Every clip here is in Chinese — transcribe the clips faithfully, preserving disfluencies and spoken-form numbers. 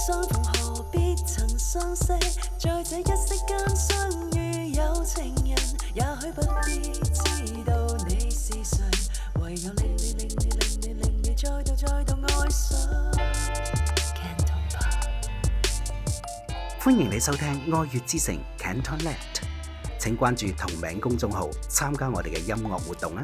相逢何必曾相識，在這一息間相遇有情人，也許不必知道你是誰，唯有令你令你令你令你再度再度愛上。 歡迎你收聽愛粵之城 CantonLand， 請關注同名公眾號參加我哋嘅音樂活動啊！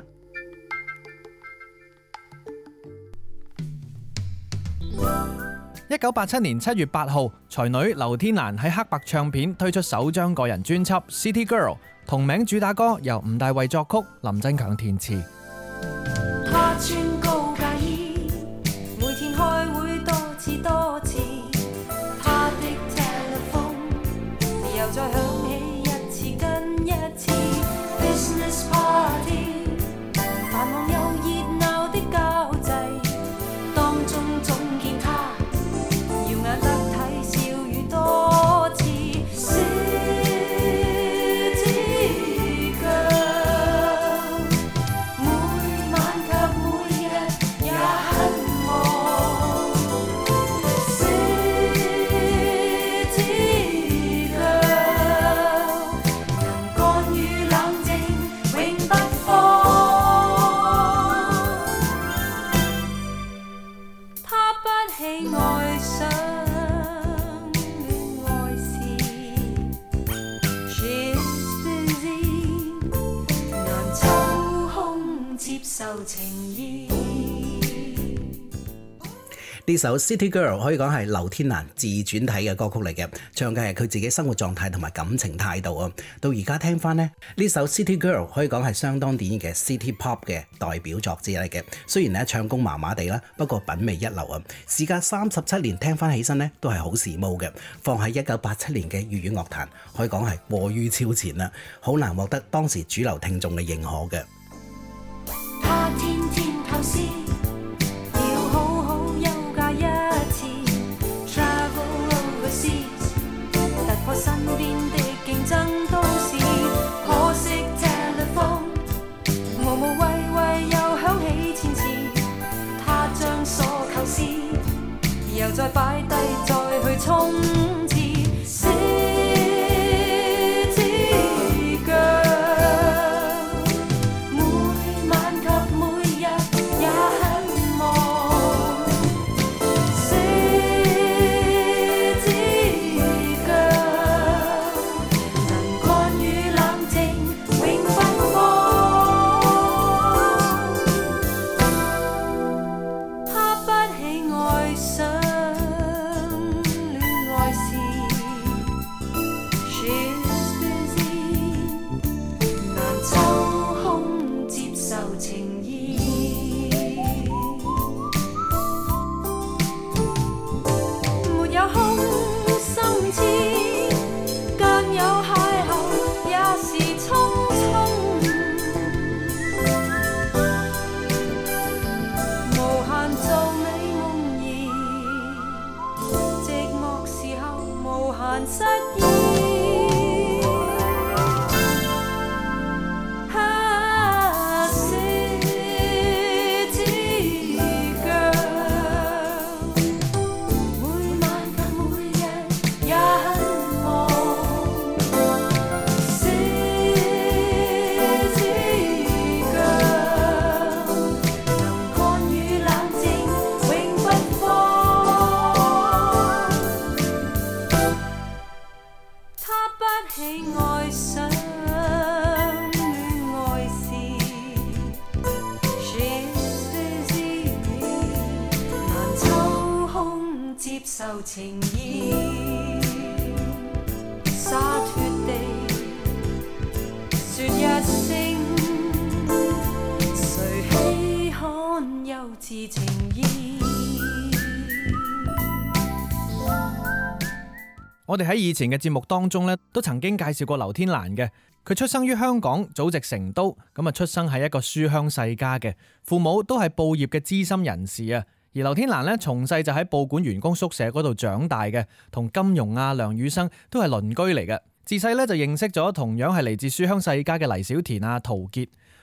一九八七年七月八號，才女劉天蘭喺黑白唱片推出首張個人專輯《City Girl》，同名主打歌由吳大衛作曲，林振強填詞。 他穿高戒衣，每天開會多次多次，他的 telephone 又再響起一次跟一次 business party， 繁忙又熱鬧的交際，當中總見他耀眼得體，笑語多次。 呢首 City Girl 可以講係劉天蘭自傳體嘅歌曲嚟嘅，唱嘅係佢自己生活狀態同埋感情態度啊！到而家聽翻呢，呢首 City Girl 可以講係相當典型嘅 City Pop 嘅代表作之一嚟嘅。雖然咧唱功麻麻地啦，不過品味一流啊！時隔三十七年聽翻起身呢，都係好時髦嘅。放喺一九八七年嘅粵語樂壇，可以講係過於超前啦，好難獲得當時主流聽眾嘅認可嘅。 他天天構思要好好休假一次 ，travel overseas， 突破身邊的競爭都市。可惜 telephone 無無謂謂又響起千次，他將所構思又再擺低再去衝刺。情意灑脫地說一聲，誰稀罕幼稚情意。 我哋喺以前嘅節目當中咧，都曾經介紹過劉天蘭嘅。佢出生於香港，祖籍成都，咁啊出生喺一個書香世家嘅，父母都係報業嘅資深人士啊。而劉天蘭咧，從細就喺報館員工宿舍嗰度長大嘅，同金庸啊、梁羽生都係鄰居嚟嘅。自細咧就認識咗同樣係嚟自書香世家嘅黎小田啊、陶傑。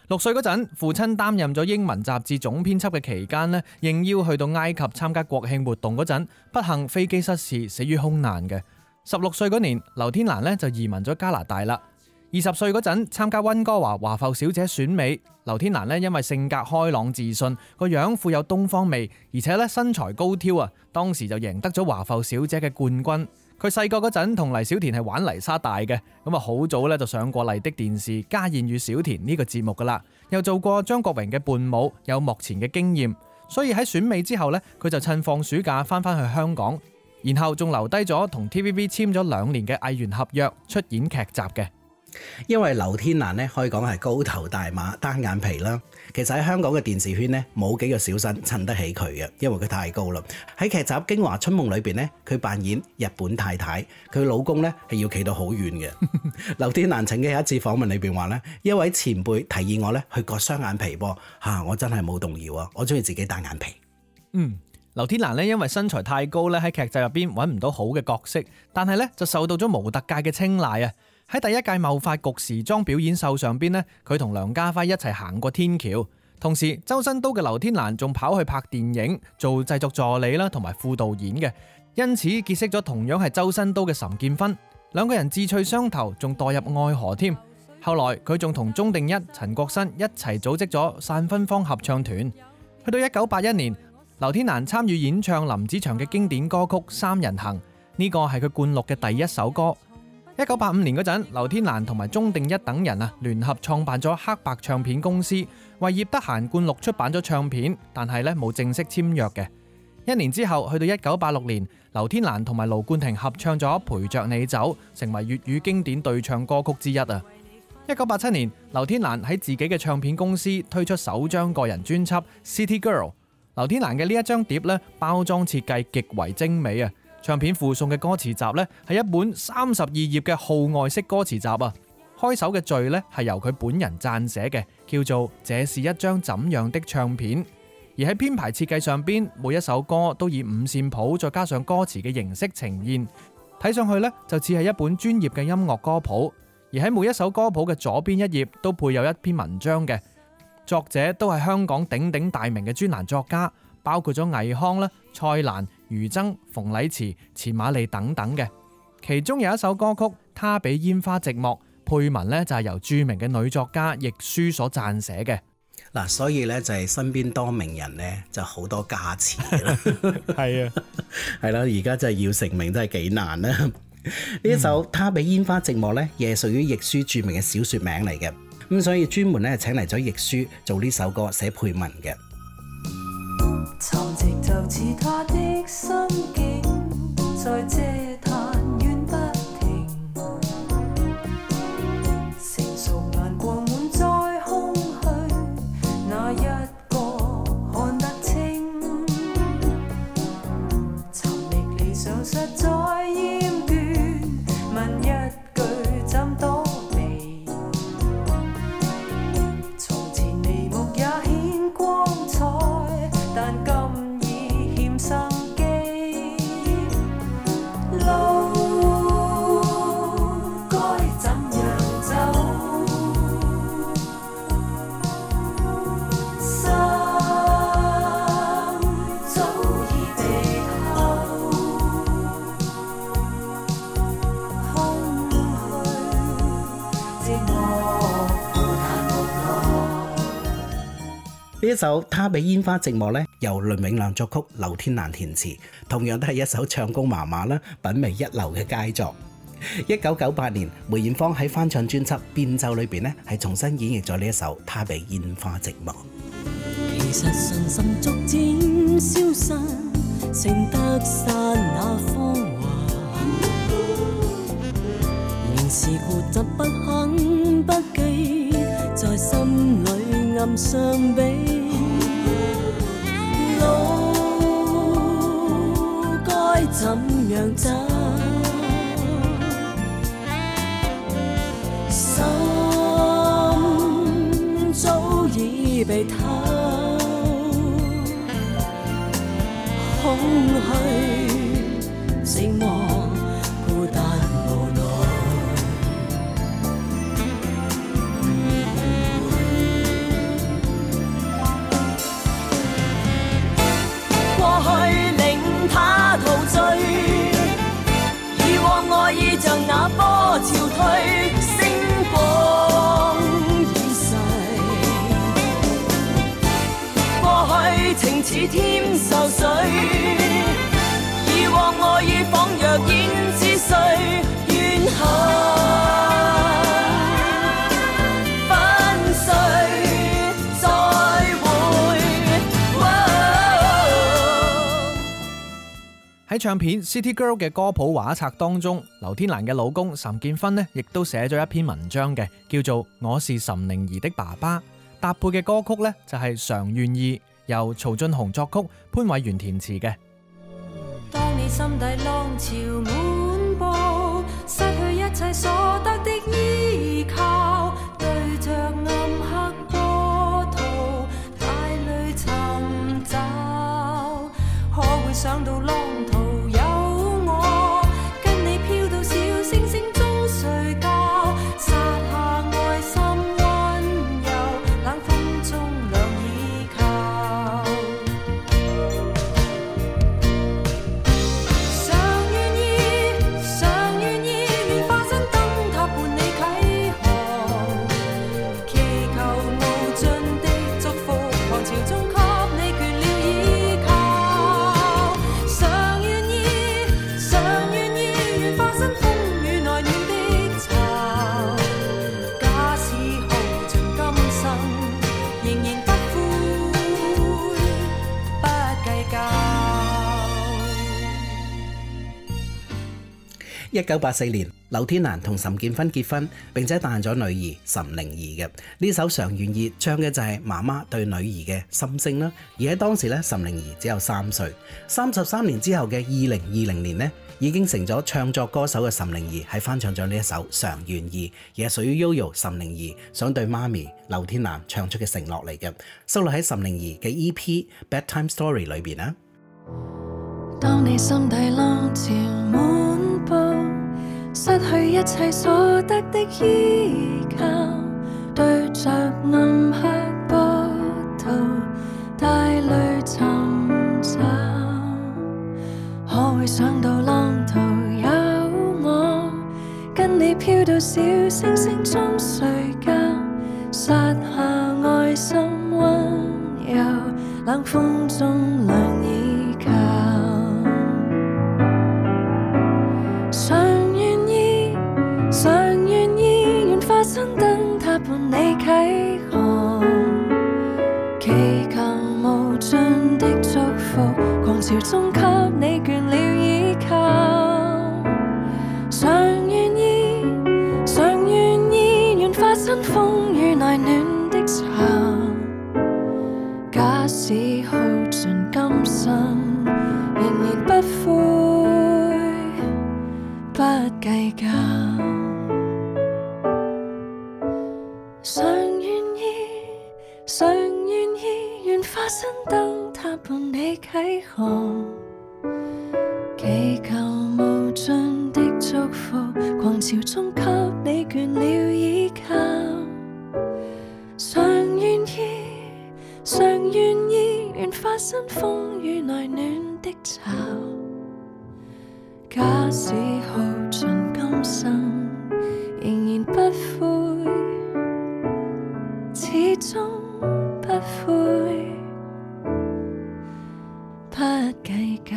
六歲嗰陣，父親擔任咗英文雜誌總編輯嘅期間呢，應邀去到埃及參加國慶活動嗰陣，不幸飛機失事，死於空難嘅。十六歲嗰年，劉天蘭呢就移民咗加拿大啦。二十歲嗰陣參加溫哥華華埠小姐選美，劉天蘭呢因為性格開朗自信，個樣富有東方味，而且咧身材高挑啊，當時就贏得咗華埠小姐嘅冠軍。佢細個嗰陣同黎小田係玩泥沙大嘅，咁啊好早咧就上過麗的電視《家燕與小田》呢個節目噶啦，又做過張國榮嘅伴舞，有幕前嘅經驗，所以喺選美之後呢，佢就趁放暑假翻返去香港，然後仲留低咗同 T V B 簽咗兩年嘅藝員合約，出演劇集嘅。 因為劉天蘭咧可以講係高頭大馬單眼皮啦，其實喺香港嘅電視圈咧冇幾個小生襯得起佢嘅，因為佢太高啦。喺劇集《京華春夢》裏邊咧，佢扮演日本太太，佢老公咧係要企到好遠嘅。劉天蘭曾經喺一次訪問裏邊話咧，一位前輩提議我咧去割雙眼皮噃，吓、啊、我真係冇動搖啊，我中意自己單眼皮。 嗯，劉天蘭咧因為身材太高咧喺劇集入邊揾唔到好嘅角色，但係咧就受到咗模特界嘅青睞啊。喺第一屆貿發局時裝表演秀上邊呢，佢同梁家輝一齊行過天橋。同時，周身刀嘅劉天蘭仲跑去拍電影，做製作助理啦，同埋副導演嘅，因此結識咗同樣係周身刀嘅岑建勳。兩個人志趣相投，仲墮入愛河添。後來佢仲同鐘定一、陳國新一齊組織咗散芬芳合唱團。去到一九八一年，劉天蘭參與演唱林子祥嘅經典歌曲《三人行》，呢個係佢灌錄嘅第一首歌。一九八五年嗰陣，劉天蘭同埋鐘定一等人啊聯合創辦咗黑白唱片公司，為葉德嫻灌錄出版咗唱片，但係咧冇正式簽約嘅。一年之後，去到一九八六年，劉天蘭同埋盧冠廷合唱咗《陪着你走》，成為粵語經典對唱歌曲之一啊。一九八七年，劉天蘭喺自己嘅唱片公司推出首張個人專輯《City Girl》。劉天蘭嘅呢一張碟咧，包裝設計極為精美啊！唱片附送嘅歌詞集呢，係一本三十二頁嘅號外式歌詞集啊。開首嘅序呢，係由佢本人撰寫嘅，叫做這是一張怎樣的唱片。而喺編排設計上邊，每一首歌都以五線譜再加上歌詞嘅形式呈現，睇上去呢，就似係一本專業嘅音樂歌譜。而喺每一首歌譜嘅左邊一頁都配有一篇文章嘅，作者都係香港鼎鼎大名嘅專欄作家，包括咗倪匡啦、蔡瀾、余爭、馮禮慈、錢瑪麗等等嘅。其中有一首歌曲《他比煙花寂寞》，配文呢就係由著名嘅女作家亦舒所撰寫嘅。 嗱，所以咧就係身邊多名人咧就好多加持啦。 係啊， 係啦，而家真係要成名真係幾難啦。呢一首《他比煙花寂寞》咧，亦係屬於亦舒著名嘅小說名嚟嘅。咁所以專門咧請嚟咗亦舒做呢首歌寫配文嘅。 沉寂就似他的心境，在這壇怨不停，成熟眼光滿載空虛，哪一個看得清？尋覓理想實在厭倦，問一句怎躲避？從前眉目也顯光彩，但今已欠生機，路該怎樣走？心早已被偷，空虛寂寞孤單無奈。 呢一首《他比煙花寂寞》咧，由倫永亮作曲，劉天蘭填詞，同樣都係一首唱功麻麻啦、品味一流嘅佳作。一九九八年，梅艷芳喺翻唱專輯《變奏》裏邊咧，係重新演繹咗呢一首《他比煙花寂寞》。 其實信心逐漸消失，剩得散那芳華，仍是固執不肯不羈，在心裏暗相比。路該怎樣走？心早已被偷，空虛寂寞孤單無奈。 喺唱片《City Girl》嘅歌譜畫冊當中，劉天蘭嘅老公岑建勳呢亦都寫咗一篇文章嘅，叫做《我是岑寧兒的爸爸》。搭配嘅歌曲呢，就係《常願意》，由曹俊雄作曲，潘偉源填詞嘅。 當你心底浪潮滿布，失去一切所得的依靠，對着暗黑波濤帶淚尋找，可會想到浪途有我，跟你飄到小星星中睡覺，撒下愛心溫柔，冷風中兩倚靠。常願意，常願意，願化身燈塔伴你啟航，祈求無盡的祝福，狂潮中給你倦了倚靠。常願意，常願意，願化身風雨內暖的巢，假使耗盡今生，仍然不悔，不計較。 一九八四年，劉天蘭同岑建勳結婚，並且誕咗女兒岑寧兒嘅。呢首《常願意》唱嘅就係媽媽對女兒嘅心聲啦。而喺當時咧，岑寧兒只有三歲。三十三年之後嘅二零二零年呢，已經成咗唱作歌手嘅岑寧兒係翻唱咗呢一首《常願意》，而係屬於 Yoyo 岑寧兒想對媽咪劉天蘭唱出嘅承諾嚟嘅，收錄喺岑寧兒嘅 E P《Bedtime Story》裏邊啊。 當你心底浪潮滿布，失去一切所得的依靠，對着暗黑波濤帶淚尋找，可會想到浪途有我，跟你飄到小星星中睡覺，撒下愛心溫柔，冷風中兩倚靠。常願意，常願意，願化身燈塔伴你啟航，祈求無盡的祝福，狂潮中給你倦了倚靠。常願意，常願意，願化身風雨內暖的巢，假使耗盡今生，仍然不悔，不計較。常願意，常願意，願化身燈塔伴你啟航，祈求無盡的祝福，狂潮中給你倦了倚靠。常願意，常願意，願化身風雨內暖的巢，假使耗盡今生，仍然不悔，始終不悔，不計較。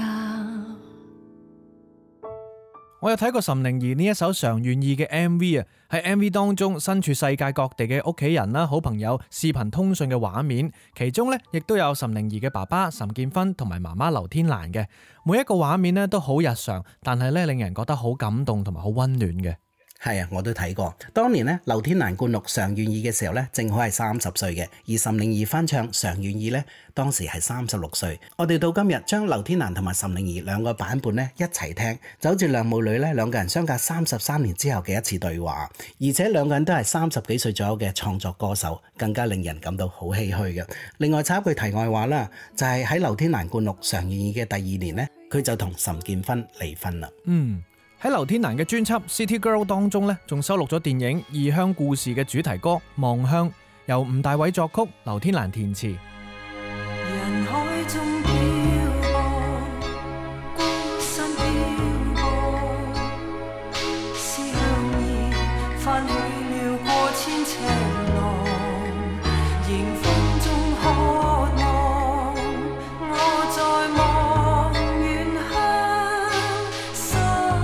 我有睇過岑寧兒呢一首《常願意》嘅 M V 啊，喺 M V 當中身處世界各地嘅屋企人啦、好朋友視頻通訊嘅畫面，其中呢亦都有岑寧兒嘅爸爸岑建勳同埋媽媽劉天蘭嘅，每一個畫面呢都好日常，但係呢令人覺得好感動同埋好溫暖嘅。 係啊，我都睇過。當年咧，劉天蘭灌錄《常願意》嘅時候咧，正好係三十歲嘅；而岑寧兒翻唱《常願意》咧，當時係三十六歲。我哋到今日將劉天蘭同埋岑寧兒兩個版本咧一齊聽，就好似兩母女咧兩個人相隔三十三年之後嘅一次對話，而且兩個人都係三十幾歲左右嘅創作歌手，更加令人感到好唏噓嘅。另外插一句題外話啦，就係喺劉天蘭灌錄《常願意》嘅第二年咧，佢就同岑建勳離婚啦。 嗯。喺劉天蘭嘅專輯《City Girl》當中咧，仲收錄咗電影《異鄉故事》嘅主題歌《望鄉》，由吳大偉作曲，劉天蘭填詞。 人海中漂泊，孤身漂泊，思鄉意翻起了過千尺浪，迎風中渴望，我在望遠鄉，心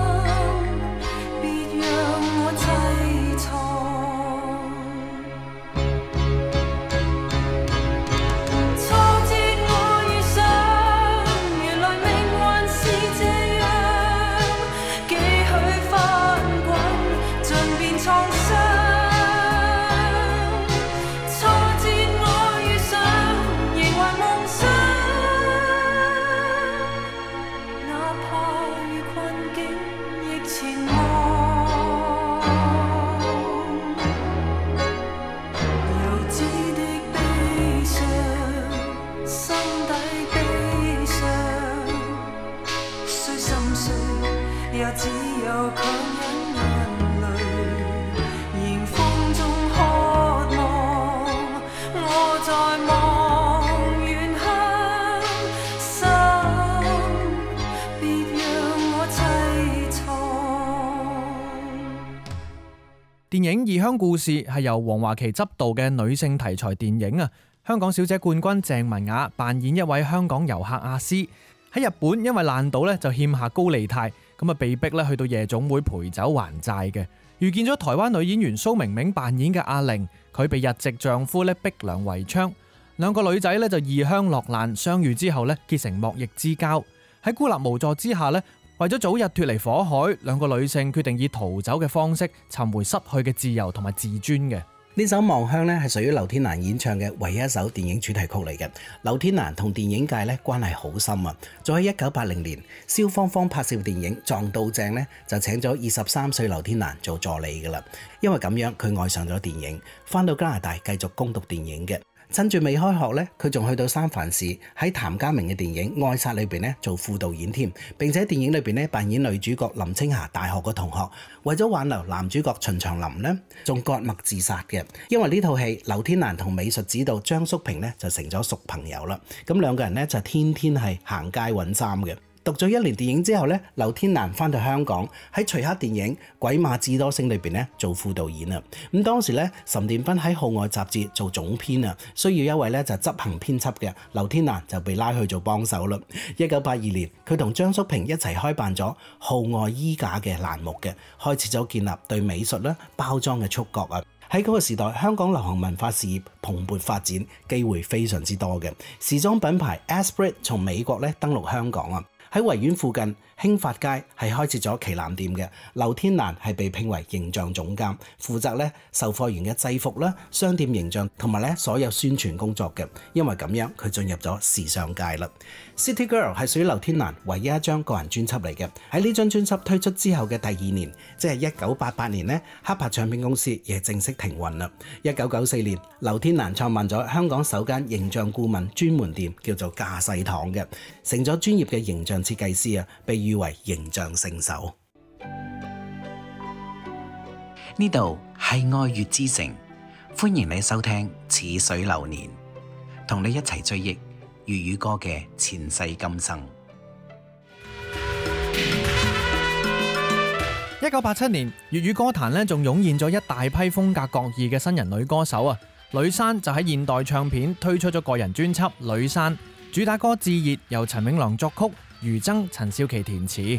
別讓我凄愴。 前望，幼稚的悲傷，心底悲傷，雖心碎，也只有強忍眼淚，迎風中渴望，我在望遠鄉，心別讓我凄愴。 電影《異鄉故事》係由黃華琪執導嘅女性題材電影啊。香港小姐冠軍鄭文雅扮演一位香港遊客阿詩，喺日本因為爛賭咧就欠下高利貸，咁啊被逼咧去到夜總會陪酒還債嘅。遇見咗台灣女演員蘇明明扮演嘅阿玲，佢被日籍丈夫咧逼良為娼，兩個女仔咧就異鄉落難，相遇之後咧結成莫逆之交。喺孤立無助之下咧，為咗早日脫離火海，兩個女性決定以逃走嘅方式尋回失去嘅自由同埋自尊嘅。 呢首《望鄉》咧係屬於劉天蘭演唱嘅唯一一首電影主題曲嚟嘅。劉天蘭同電影界咧關係好深啊！早喺一九八零年，蕭芳芳拍攝電影《撞到正》咧，就請咗二十三歲劉天蘭做助理噶啦。因為咁樣，佢愛上咗電影，翻到加拿大繼續攻讀電影嘅。趁住未開學咧，佢仲去到三藩市喺譚家明嘅電影《愛殺》裏邊咧做副導演添，並且電影裏邊咧扮演女主角林青霞大學嘅同學。為咗挽留男主角秦祥林咧，仲割脈自殺嘅。因為呢套戲，劉天蘭同美術指導張叔平咧就成咗熟朋友啦。咁兩個人咧就天天係行街揾衫嘅。讀咗一年電影之後咧，劉天蘭翻到香港喺徐克電影《鬼馬智多星》裏邊咧做副導演啊。咁當時咧，岑建勳喺《號外》雜誌做總編啊，需要一位咧就執行編輯嘅，劉天蘭就被拉去做幫手啦。一九八二年，佢同張叔平一齊開辦咗《號外衣架》嘅欄目嘅，開始咗建立對美術啦、包裝嘅觸覺啊。喺嗰個時代，香港流行文化事業蓬勃發展，機會非常之多嘅。時裝品牌 Esprit 從美國咧登陸香港啊。喺維園附近興發街係開設咗旗艦店嘅，劉天蘭係被聘為形象總監，負責咧售貨員嘅制服啦、商店形象同埋咧所有宣傳工作嘅。因為咁樣，佢進入咗時尚界啦。City Girl 係屬於劉天蘭唯一一張個人專輯嚟嘅。喺呢張專輯推出之後嘅第二年，即係一九八八年呢，黑白唱片公司亦正式停運啦。一九九四年，劉天蘭創辦咗香港首間形象顧問專門店，叫做架勢堂嘅，成咗專業嘅形象設計師啊，被譽為形象聖手。 呢度係愛粵之城，歡迎你收聽《似水流年》，同你一齊追憶粵語歌嘅前世今生。 一九八七年，粵語歌壇咧仲湧現咗一大批風格各異嘅新人女歌手啊。呂珊就喺現代唱片推出咗個人專輯《呂珊》，主打歌《炙熱》由陳永良作曲，余爭、陳少琪填詞。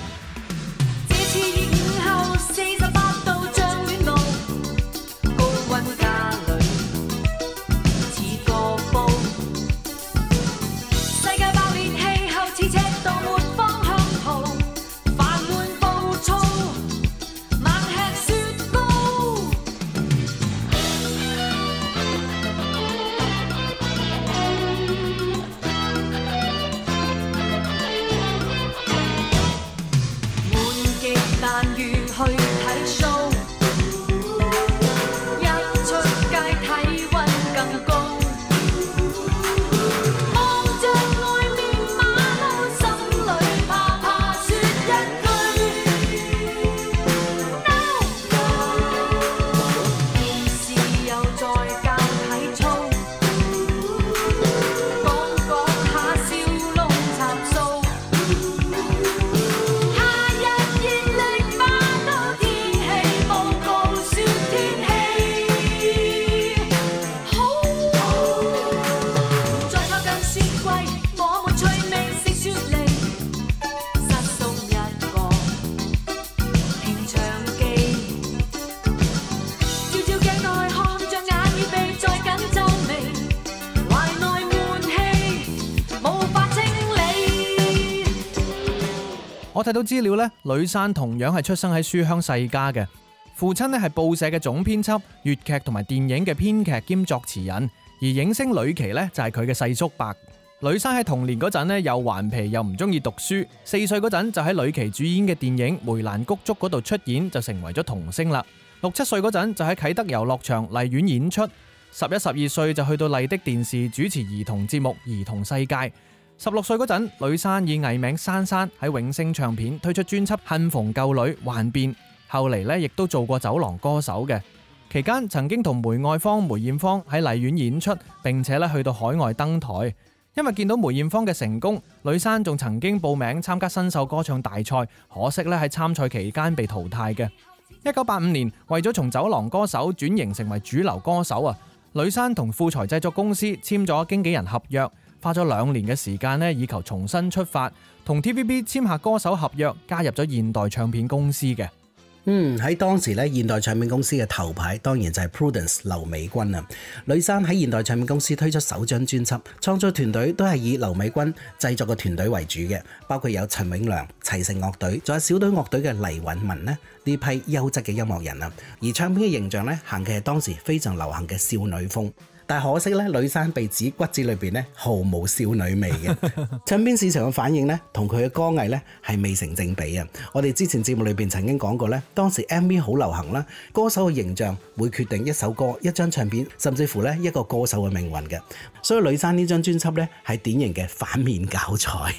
我睇到資料咧，呂珊同樣係出生喺書香世家嘅，父親咧係報社嘅總編輯、粵劇同埋電影嘅編劇兼作詞人，而影星呂奇咧就係佢嘅細叔伯。 呂珊喺童年嗰陣呢，又頑皮又唔中意讀書，四歲嗰陣就喺呂奇主演嘅電影《梅蘭菊竹》嗰度出演，就成為咗童星啦。六七歲嗰陣就喺啟德遊樂場荔園演出，十一、十二歲就去到麗的電視主持兒童節目《兒童世界》。十六歲嗰陣，呂珊以藝名珊珊喺永星唱片推出專輯《恨逢舊女幻變》，後嚟呢亦都做過走廊歌手嘅。期間曾經同梅愛芳、梅艷芳喺荔園演出，並且咧去到海外登台。因為見到梅艷芳嘅成功，呂珊仲曾經報名參加新秀歌唱大賽，可惜咧喺參賽期間被淘汰嘅。一九八五年，為咗從走廊歌手轉型成為主流歌手啊，呂珊同富財製作公司簽咗經紀人合約，花咗兩年嘅時間咧，以求重新出發，同 T V B 簽下歌手合約，加入咗現代唱片公司嘅。 嗯，喺當時咧，現代唱片公司嘅頭牌當然就係 Prudence 劉美君啊。呂珊喺現代唱片公司推出首張專輯，創作團隊都係以劉美君製作嘅團隊為主嘅，包括有陳永良、齊成樂隊，仲有小隊樂隊嘅黎允文呢呢批優質嘅音樂人啊。而唱片嘅形象咧，行嘅係當時非常流行嘅少女風。但係可惜咧，呂珊被指骨子裏邊咧毫無少女味嘅。唱片市場嘅反應咧，同佢嘅歌藝咧係未成正比啊！我哋之前節目裏邊曾經講過咧，當時 M V 好流行啦，歌手嘅形象會決定一首歌、一張唱片，甚至乎咧一個歌手嘅命運嘅。所以呂珊呢張專輯咧係典型嘅反面教材。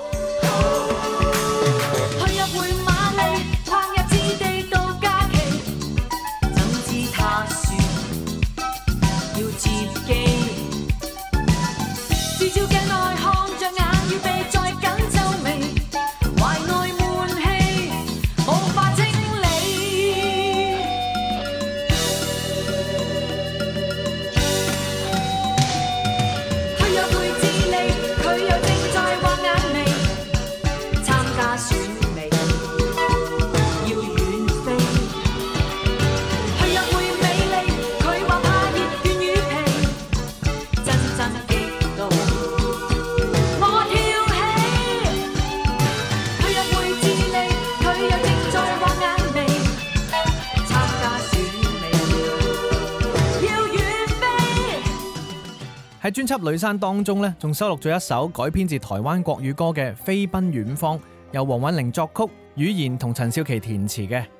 喺專輯《呂珊》當中咧，仲收錄咗一首改編自台灣國語歌嘅《飛奔遠方》，由黃韻玲作曲，語言同陳少琪填詞嘅。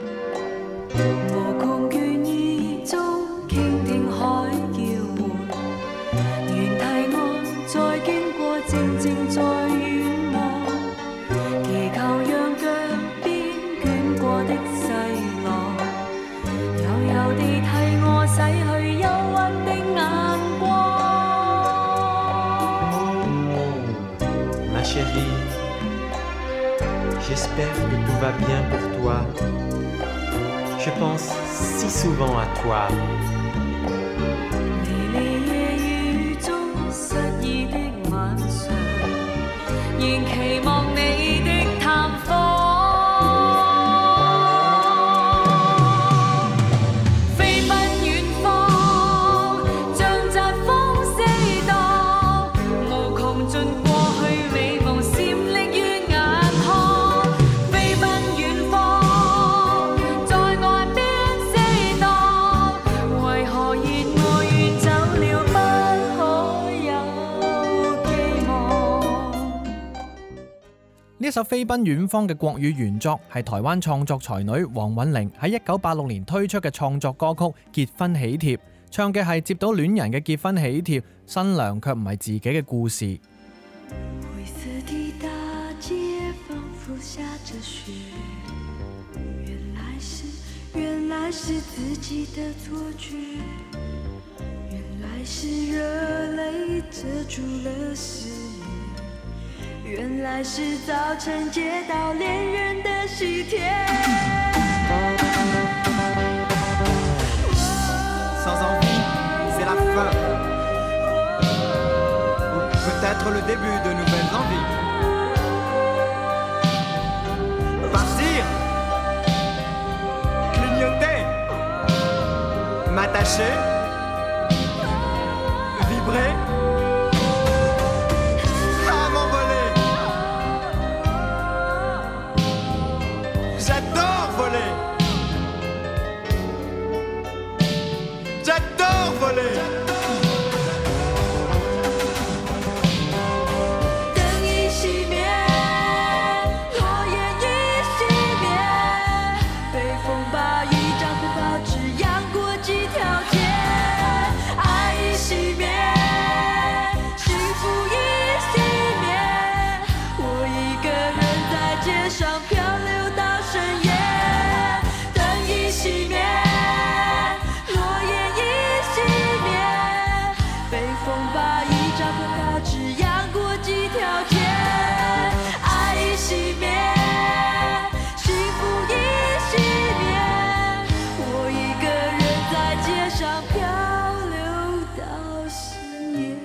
無窮倦意中傾聽海叫喚，願提案再經過靜靜再遠望，祈求讓腳邊捲過的細浪，悠悠地替我洗去憂鬱的眼光。 Chérie, j'espère que tout va bien pour toi. Je pense si souvent à toi. 離離夜雨中失意的晚上，仍期望你的探訪。 呢首《飛奔遠方》嘅國語原作係台灣創作才女黃韻玲喺一九八六年推出嘅創作歌曲《結婚喜帖》，唱嘅係接到戀人嘅結婚喜帖，新娘卻唔係自己嘅故事。 灰色的大街仿佛下着雪，原來是原來是自己的錯覺，原來是熱淚遮住了視野，原來是早晨接到戀人的喜帖。 Sans envie, c'est la fin. Ou peut-être le début de nouvelles envies. Partir, clignoter, m'attacher, vibrer. J'adore voler. J'adore voler. 街上漂流到深夜，灯已熄灭，落叶已熄灭，北风把一张破报纸扬过几条街，爱已熄灭，幸福已熄灭，我一个人在街上漂流到深夜。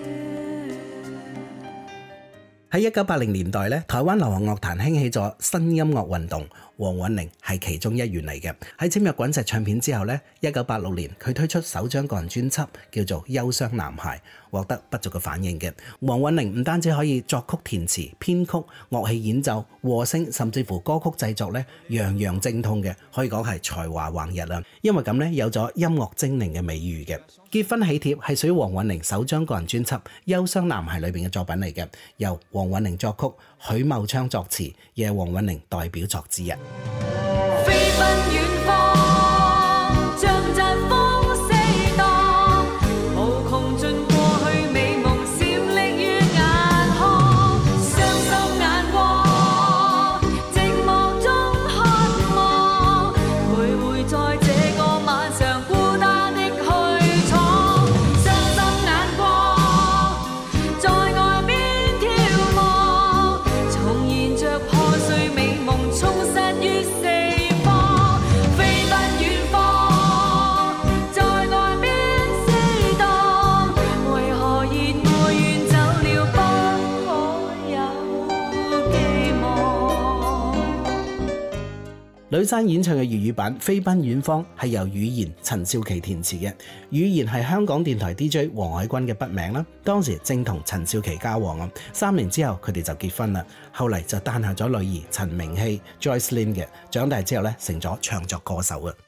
喺一九八零年代咧，台灣流行樂壇興起咗新音樂運動，黃韻玲係其中一員嚟嘅。喺簽約滾石唱片之後咧，一九八六年佢推出首張個人專輯叫做《憂傷男孩》，獲得不俗嘅反應嘅。黃韻玲唔單止可以作曲填詞、編曲、樂器演奏、和聲，甚至乎歌曲製作咧，樣樣精通嘅，可以講係才華橫溢啊！因為咁咧，有咗音樂精靈嘅美譽嘅。結婚喜帖係屬於黃韻玲首張個人專輯《憂傷男孩》裏邊嘅作品嚟嘅，由黃韻玲作曲，許茂昌作詞，亦係黃韻玲代表作之一。 飛奔遠方，像陣風四蕩，無窮盡過去美夢閃爍於眼眶，傷心眼光，寂寞中渴望，徘徊在這個晚上孤單的去闖，傷心眼光，在外邊眺望，重現着破碎美夢，衝失於四方，飛奔遠方，在外邊四蕩，為何熱愛遠走了，不可有寄望。 呂珊演唱嘅粵語版《飛奔遠方》係由語言陳少琪填詞嘅，語言係香港電台 D J 黃海軍嘅筆名啦。當時正同陳少琪交往啊，三年之後佢哋就結婚啦。後嚟就誕下咗女兒陳明希 Joycelyn 嘅，長大之後咧成咗唱作歌手啊。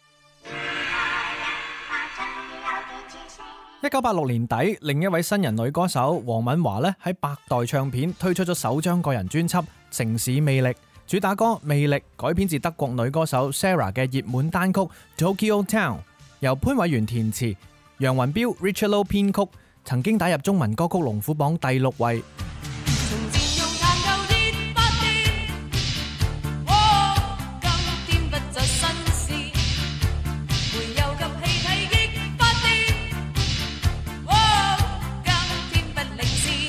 一九八六年底，另一位新人女歌手黃敏華咧喺百代唱片推出咗首張個人專輯《城市魅力》，主打歌《魅力》改編自德國女歌手 Sarah 嘅熱門單曲《Tokyo Town》，由潘偉源填詞，楊雲標 Richard Low 編曲，曾經打入中文歌曲龍虎榜第六位。 從前用炭夠熱發電，哦，今天不再新鮮，煤油及氣體亦發電，哦，今天不領先。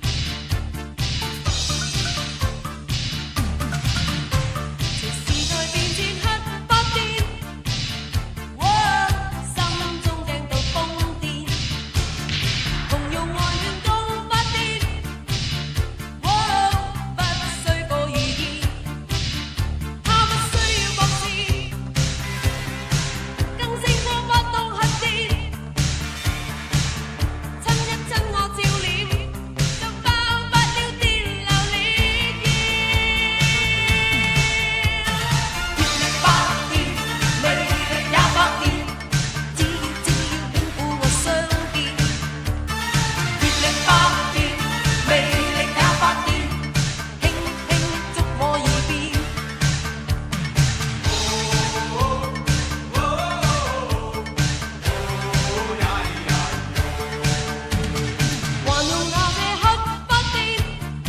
隨時代變遷核發電，哦，心中驚到瘋癲，同用愛戀共發電。不需過預言，他不需要博士，更勝過發動核電。親一親我照臉，就爆發了電流烈焰。熱力發電，魅力也發電，只要只要擁抱我相見。熱力發電，魅力也發電。輕輕觸摸耳邊，還用那些核發電，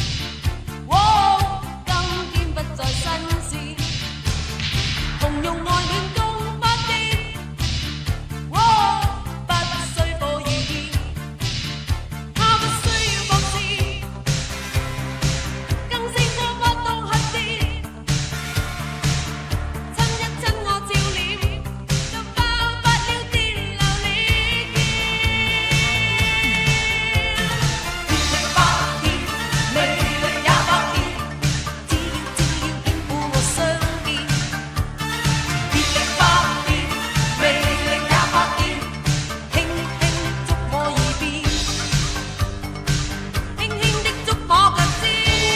哦，今天不再新鮮，同用愛戀共發電，哦，不需過預言，他不需要博士，更勝過發動核電。親一親我照臉，就爆發了電流烈焰。熱力發電，魅力也發電，只要只要擁抱我相見。熱力發電，魅力也發電，輕輕觸摸耳邊，輕輕的觸摸腳尖。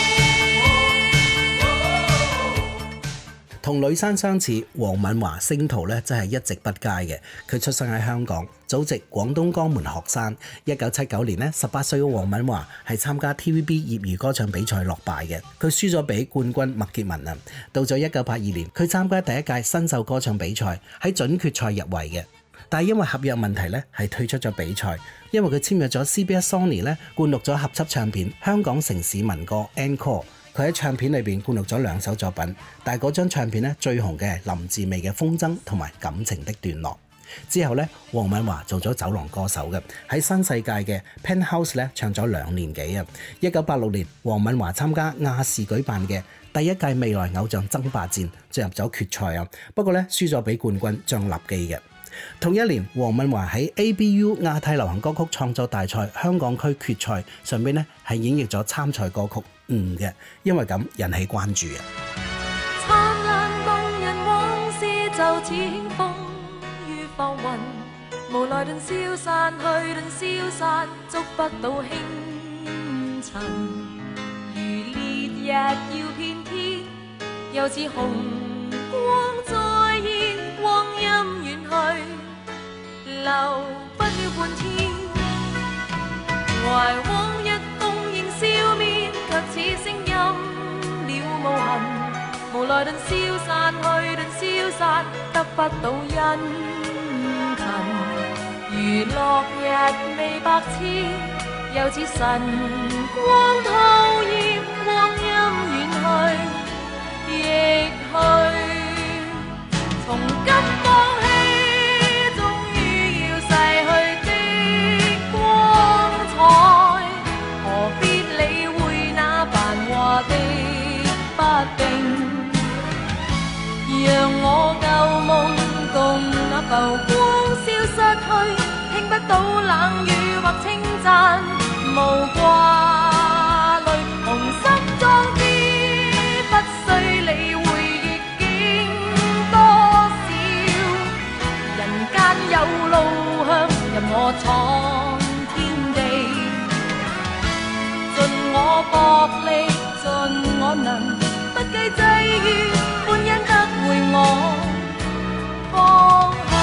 同呂珊相似，黃敏華星途咧真係一直不佳嘅。佢出生喺香港，祖籍廣東江門鶴山。一九七九年咧，十八歲嘅黃敏華係參加 T V B 業餘歌唱比賽落敗嘅，佢輸咗俾冠軍麥潔文啊。到咗一九八二年，佢參加第一屆新秀歌唱比賽，喺準決賽入圍嘅。但係因為合約問題咧，係退出咗比賽。因為佢簽約咗 C B S Sony 咧，灌錄咗合輯唱片《香港城市民歌 Encore》。 佢喺唱片裏邊灌錄咗兩首作品，但係嗰張唱片咧最紅嘅係林志美嘅《風箏》同埋《感情的段落》。之後咧，黃敏華做咗走廊歌手嘅，喺新世界嘅 Penthouse 咧唱咗兩年幾啊。一九八六年，黃敏華參加亞視舉辦嘅第一屆未來偶像爭霸戰，進入咗決賽啊。不過咧，輸咗俾冠軍張立基嘅。同一年，黃敏華喺 A B U 亞太流行歌曲創作大賽香港區決賽上邊咧係演繹咗參賽歌曲《誤》嘅，因為咁引起關注啊。 燦爛動人往事就似輕風於浮雲，無奈頓消散去，頓消散觸不到輕塵。如烈日耀遍天，又似紅光再現，光陰遠去，留不了半天。懷往日動形笑面，卻似聲音了無痕。無奈頓消散去，頓消散得不到殷勤。如落日未百千，又似晨光吐豔，光陰遠去，亦去。從今放棄，終於要逝去的光彩，何必理會那繁華的不定？讓我舊夢共那浮光消失去，聽不到冷語或稱讚，無掛慮，雄心壯志不需理會逆境多少，人間有路向，任我闖天地，盡我薄力，盡我能，不計際遇，歡欣得回我方向。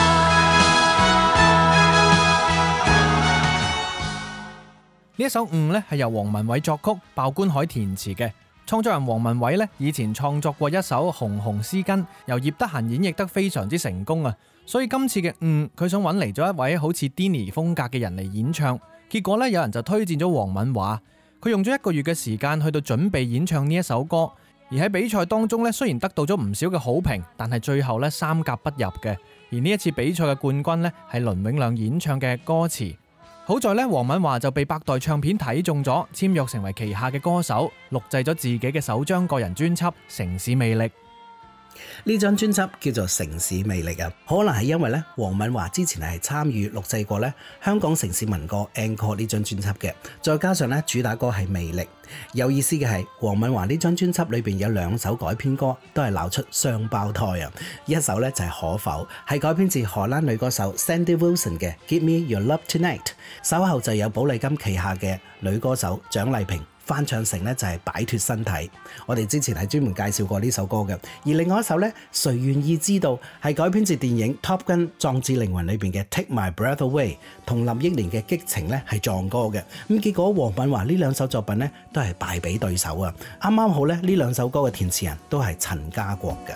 呢一首《誤》咧係由黃文偉作曲，鮑觀海填詞嘅。創作人黃文偉咧以前創作過一首《紅紅絲巾》，由葉德嫻演繹得非常之成功啊！所以今次嘅《誤》，佢想揾嚟咗一位好似 Denny 風格嘅人嚟演唱。結果咧有人就推薦咗黃敏華，佢用咗一個月嘅時間去到準備演唱呢一首歌。而喺比賽當中咧，雖然得到咗唔少嘅好評，但係最後咧三甲不入嘅。而呢一次比賽嘅冠軍咧係倫永亮演唱嘅歌詞。好在咧，黃敏華就被百代唱片睇中咗，簽約成為旗下嘅歌手，錄製咗自己嘅首張個人專輯《城市魅力》。 呢張專輯叫做《城市魅力》啊，可能係因為咧黃敏華之前係參與錄製過咧香港城市民歌 Encore 呢張專輯嘅，再加上咧主打歌係魅力。有意思嘅係黃敏華呢張專輯裏邊有兩首改編歌都係鬧出雙胞胎啊，一首咧就係可否，係改編自荷蘭女歌手 Sandy Wilson 嘅 Give Me Your Love Tonight， 稍後就有寶麗金旗下嘅女歌手蔣麗萍翻唱成咧就係擺脫身體，我哋之前係專門介紹過呢首歌嘅。而另外一首咧，誰願意知道係改編自電影 Top Gun 壯志凌雲裏邊嘅 Take My Breath Away， 同林憶蓮嘅激情咧係撞歌嘅。咁結果黃敏華呢兩首作品咧都係敗俾對手啊！啱啱好咧呢兩首歌嘅填詞人都係陳家國嘅。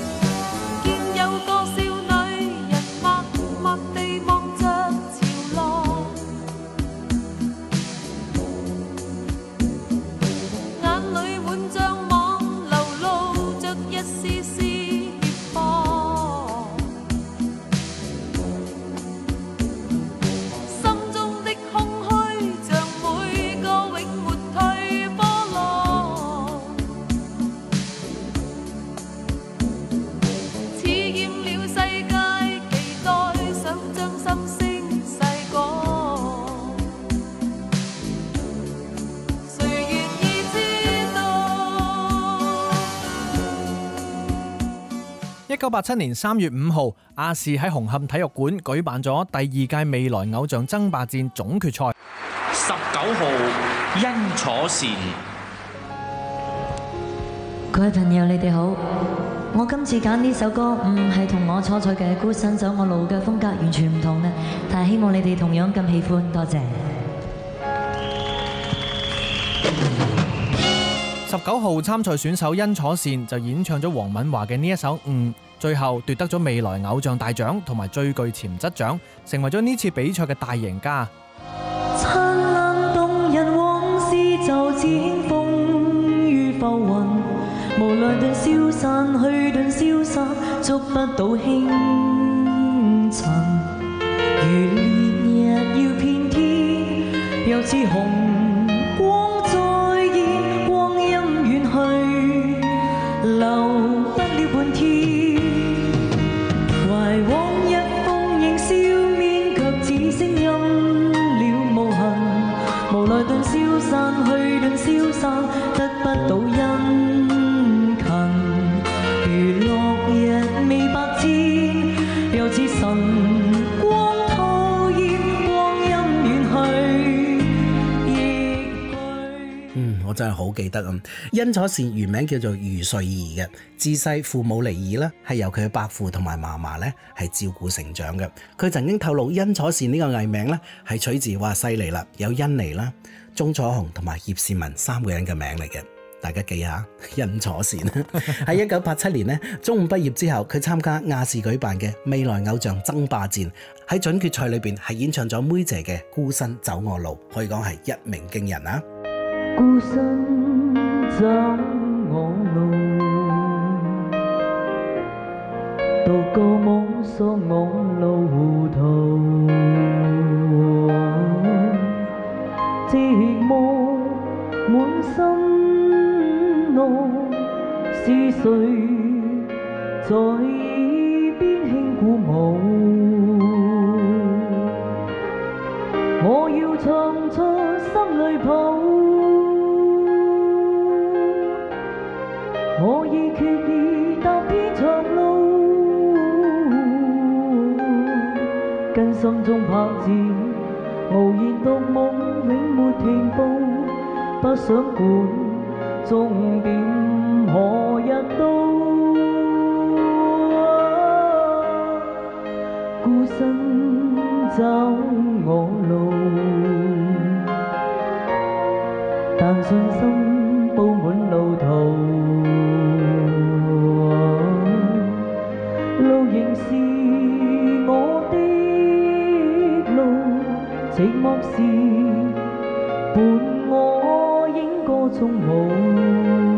一九八七年三月五號，亞視喺紅磡體育館舉辦咗第二屆未來偶像爭霸戰總決賽。 十九號殷楚善， 各位朋友，你哋好。我今次揀呢首歌，唔係同我初賽嘅《孤身走我路》嘅風格完全唔同嘅，但係希望你哋同樣咁喜歡。多謝。 十九號參賽選手殷楚善就演唱咗黃敏華嘅呢一首《誤》，最後奪得咗未來偶像大獎同埋最具潛質獎，成為咗呢次比賽嘅大贏家。 燦爛動人往事就似輕風於浮雲， 來頓消散，去頓消散，觸不到輕塵。如烈日要遍天，又似紅光再現，光陰遠去，留不了半天。懷往日逢迎笑面，卻只剩陰了無痕。無奈頓消散，去頓消散，得不到殷勤。如落日未百千，又似晨光透現，光陰遠去，亦去。 嗯，我真係好記得啊！殷楚善原名叫做余瑞儀嘅，自細父母離異啦，係由佢嘅伯父同埋嫲嫲咧係照顧成長嘅。佢曾經透露殷楚善呢個藝名咧係取自話犀利啦，有甄妮啦、鐘楚紅同埋葉倩文三個人嘅名嚟嘅。大家記下殷楚善。喺一九八七年呢，中五畢業之後，佢參加亞視舉辦嘅未來偶像爭霸戰，喺準決賽裏邊係演唱咗梅姐嘅《孤身走我路》，可以講係一鳴驚人啊！ 孤身走我路，獨個摸索我路途，寂寞滿心。是誰在耳邊輕鼓舞？我要唱出心裏抱，我已決意踏遍長路，跟心中拍戰，無言獨夢永沒停步，不想管終點何日到，孤身走我路，但信心佈滿路途，路仍是我的路，寂寞時伴我影歌中舞。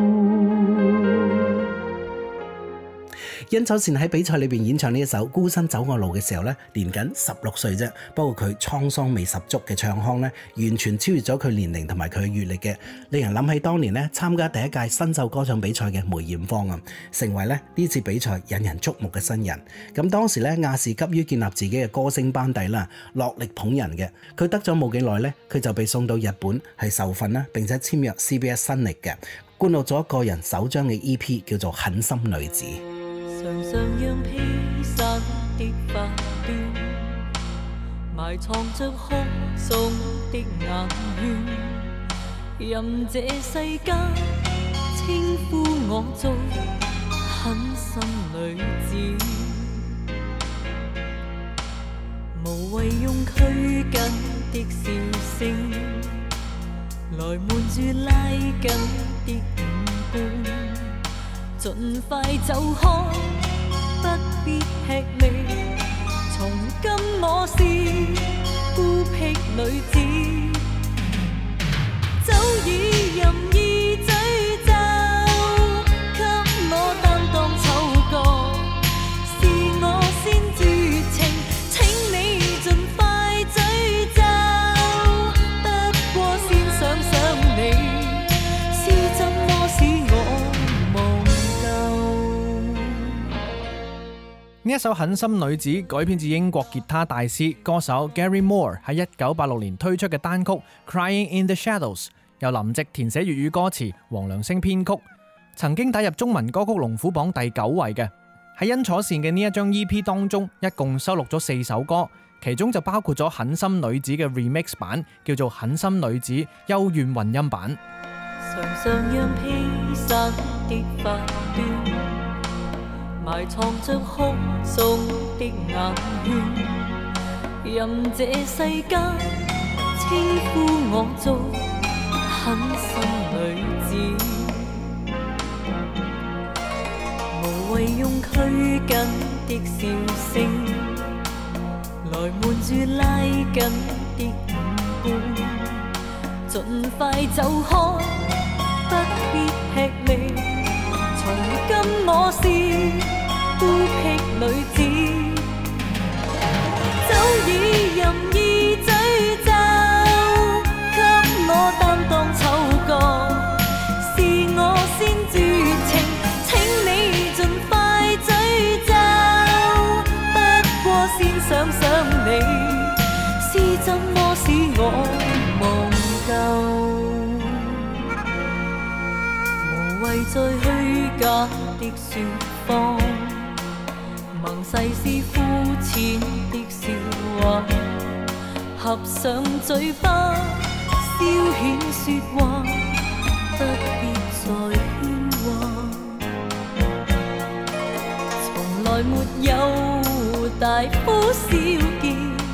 殷楚善喺比賽裏邊演唱呢一首《孤身走我路》嘅時候咧，年僅十六歲啫。不過佢滄桑味十足嘅唱腔咧，完全超越咗佢年齡同埋佢嘅閱歷嘅，令人諗起當年咧參加第一屆新秀歌唱比賽嘅梅艷芳啊，成為咧呢次比賽引人矚目嘅新人。咁當時咧亞視急於建立自己嘅歌星班底啦，落力捧人嘅。佢得咗冇幾耐咧，佢就被送到日本係受訓啦，並且簽約 C B S 新力嘅，灌錄咗個人首張嘅 E P 叫做《狠心女子》。 常常讓披散的髮端，埋藏着哭訴的眼圈，任這世間稱呼我做狠心女子，無謂用拘謹的笑聲來瞞住拉緊的五官，盡快走開，不必吃力。從今我是孤僻女子，早已任意詛咒，給我擔當丑角，是我先絕情，請你盡快詛咒。不過先想想你，是怎麼使我呢一首《狠心女子》改編自英國吉他大師歌手 Gary Moore 喺一九八六年推出嘅單曲《Crying in the Shadows》，由林夕填寫粵語歌詞，黃良星編曲，曾經打入中文歌曲龍虎榜第九位嘅。喺殷楚善嘅呢一張 E P 當中，一共收錄咗四首歌，其中就包括咗《狠心女子》嘅 remix 版，叫做《狠心女子幽怨混音版》。 常常讓披散的髮端，埋藏着哭訴的眼圈，任這世間稱呼我做狠心女子，無謂用拘謹的笑聲來瞞住拉緊的五官，盡快走開，不必吃力。從我是孤僻女子，早已任意詛咒，給我擔當丑角，是我先絕情，請你盡快詛咒。不過先想想你，是怎麼使我忘舊？無謂再虛假的説謊，盟誓是膚淺的笑話，合上嘴巴消遣説話，不必再喧嘩。從來沒有大呼小叫，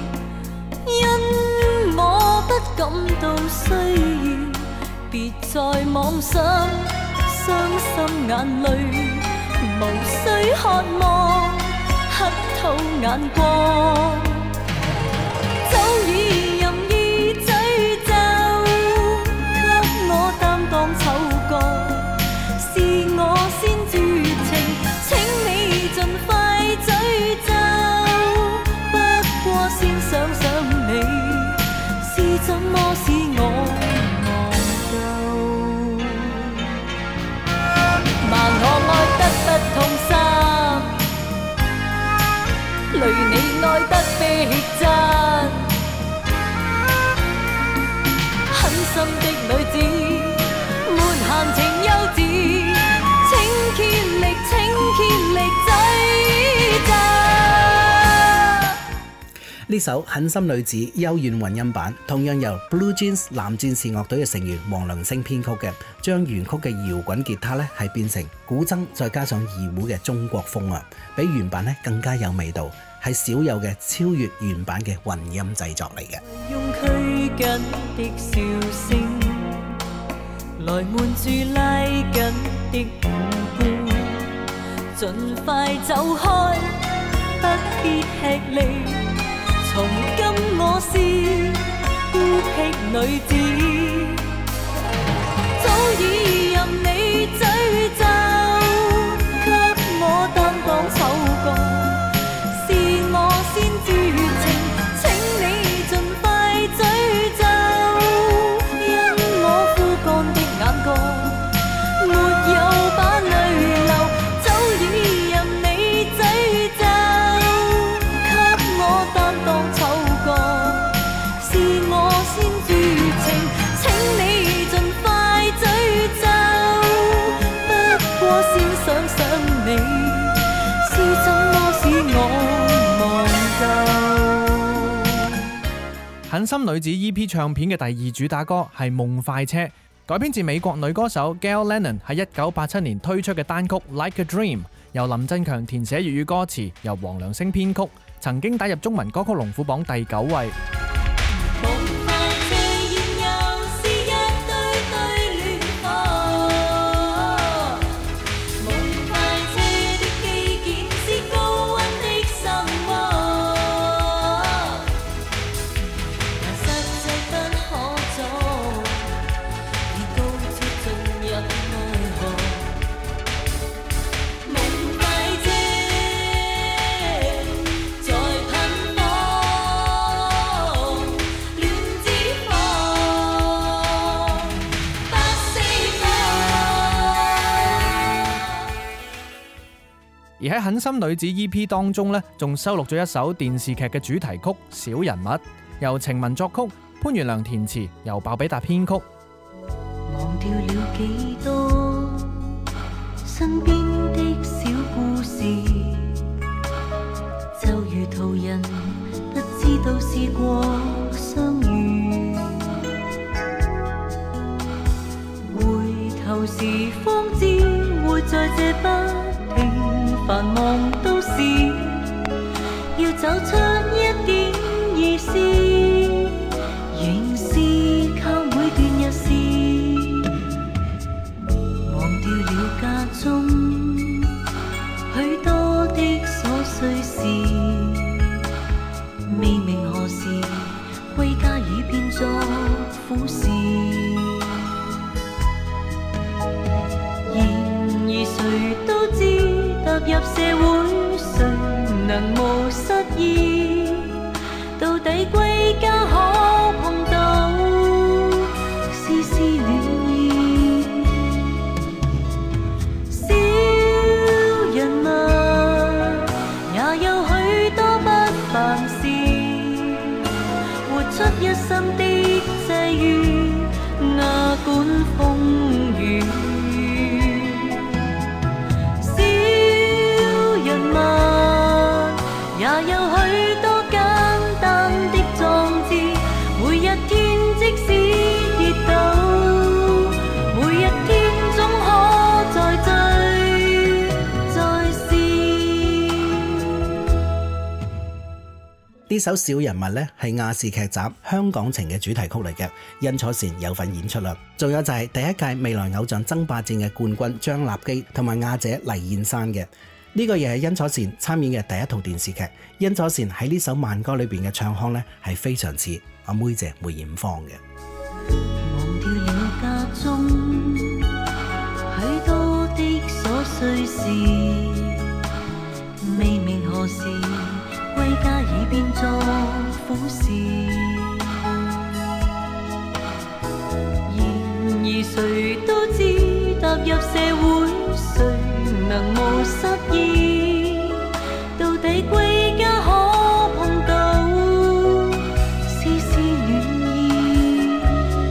因我不感到需要，別再妄想傷心眼淚，無需渴望乞討眼光，早已任意詛咒，給我擔當丑角，是我先絕情，請你盡快詛咒。不過先想想你，是怎麼使我忘舊？盲我愛得不痛心，累你愛得逼真，狠心的女子，沒閒情幼稚，請竭力，請竭力詛咒。 呢首《狠心女子》幽怨混音版，同樣由 Blue Jeans 藍戰士樂隊嘅成員黃良星編曲嘅，將原曲嘅搖滾吉他咧係變成古箏，再加上二胡嘅中國風啊，比原版咧更加有味道，係少有嘅超越原版嘅混音製作嚟嘅。 用拘謹的笑聲來瞞住拉緊的五官，盡快走開，不必吃力。從今我是孤僻女子，早已任你詛咒，給我擔當丑角，是我先絕情，請你盡快詛咒。因我枯乾的眼角沒有把淚流，早已任你詛咒，給我擔當丑角，是我先絕情，請你盡快詛咒。不過先想想你，是怎麼使我忘舊？ 狠心女子 E P 唱片嘅第二主打歌係《夢快車》，改編自美國女歌手 Gail Lennon 喺一九八七年推出嘅單曲《Like a Dream》，由林振強填寫粵語歌詞，由黃良星編曲，曾經打入中文歌曲龍虎榜第九位。而喺狠心女子 E P 當中呢，仲收錄咗一首電視劇嘅主題曲《小人物》，由程文作曲，潘源良填詞，由鮑比達編曲。 忘掉了幾多身邊的小故事，就如途人不知道試過相遇，回頭時方知會在這不平繁忙都市，要找出一點意思，仍是靠每段日事，忘掉了家中許多的瑣碎事，未明何時歸家已變作苦事，然而誰都知踏入社會，誰能無失意？到底歸家可碰到絲絲戀意。小人物也有許多不凡事，活出一生的際遇，哪管風雨。小人物也有許多簡單的壯志，每一天即使跌倒，每一天總可再追再試。 呢首《小人物》呢係亞視劇集《香港情》嘅主題曲嚟嘅，殷楚善有份演出啦。仲有就係第一屆未來偶像爭霸戰嘅冠軍張立基同埋亞姐黎燕珊嘅。呢個亦係殷楚善參演嘅第一套電視劇。殷楚善喺呢首慢歌裏邊嘅唱腔呢係非常似阿妹姐梅艷芳嘅。 忘掉了家中許多的瑣碎事，未明何時歸家已變作苦事。然而誰都知踏入社會，誰能無失意？到底歸家可碰到絲絲戀意。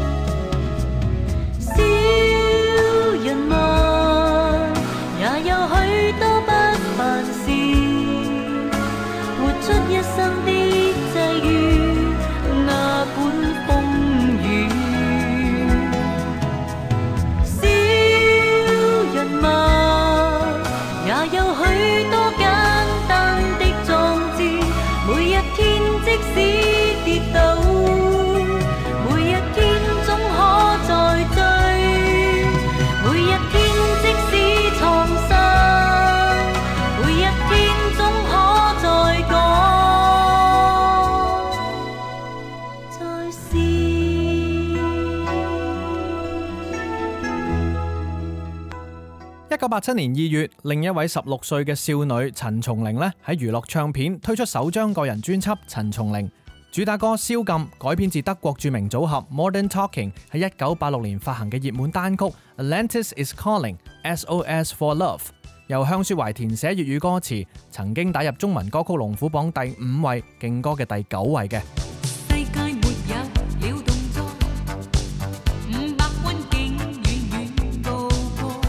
小人物也有許多不凡事，活出一生的際遇，哪管風雨。小人物也有許多簡單的壯志，每一天即使跌倒，每一天總可再追，每一天即使創傷，每一天總可再講再試。 一九八七年二月，另一位十六歲嘅少女陳松伶咧喺娛樂唱片推出首張個人專輯《陳松伶》，主打歌《宵禁》改編自德國著名組合 Modern Talking 喺一九八六年發行嘅熱門單曲《Atlantis Is Calling》S O S for Love， 由向雪懷填寫粵語歌詞，曾經打入中文歌曲龍虎榜第五位，勁歌嘅第九位嘅。 世界沒有了動作，五百軍警遠遠路過，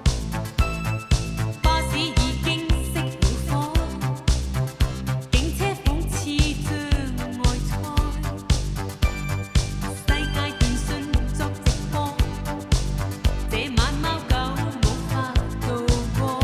巴士已經熄了火，警車仿似障礙賽，世界電訊作直播，這晚貓狗無法渡過，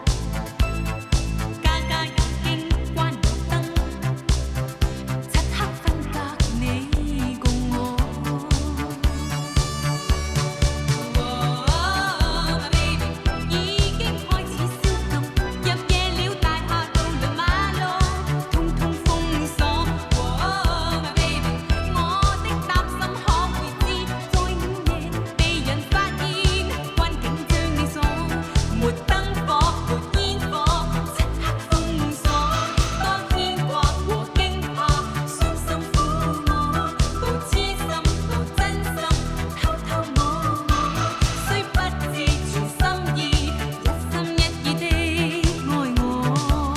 家家已經關了燈，漆黑分隔你共我。My baby 已經開始宵禁，入夜了大廈道路馬路通通封鎖。My baby 我的擔心可會知，在午夜被人發現，關警將你鎖，沒燈火沒煙火，漆黑封鎖，多牽掛和驚怕，傷心苦我，到痴心到真心，偷偷摸摸，雖不知全心意，一心一意的愛我。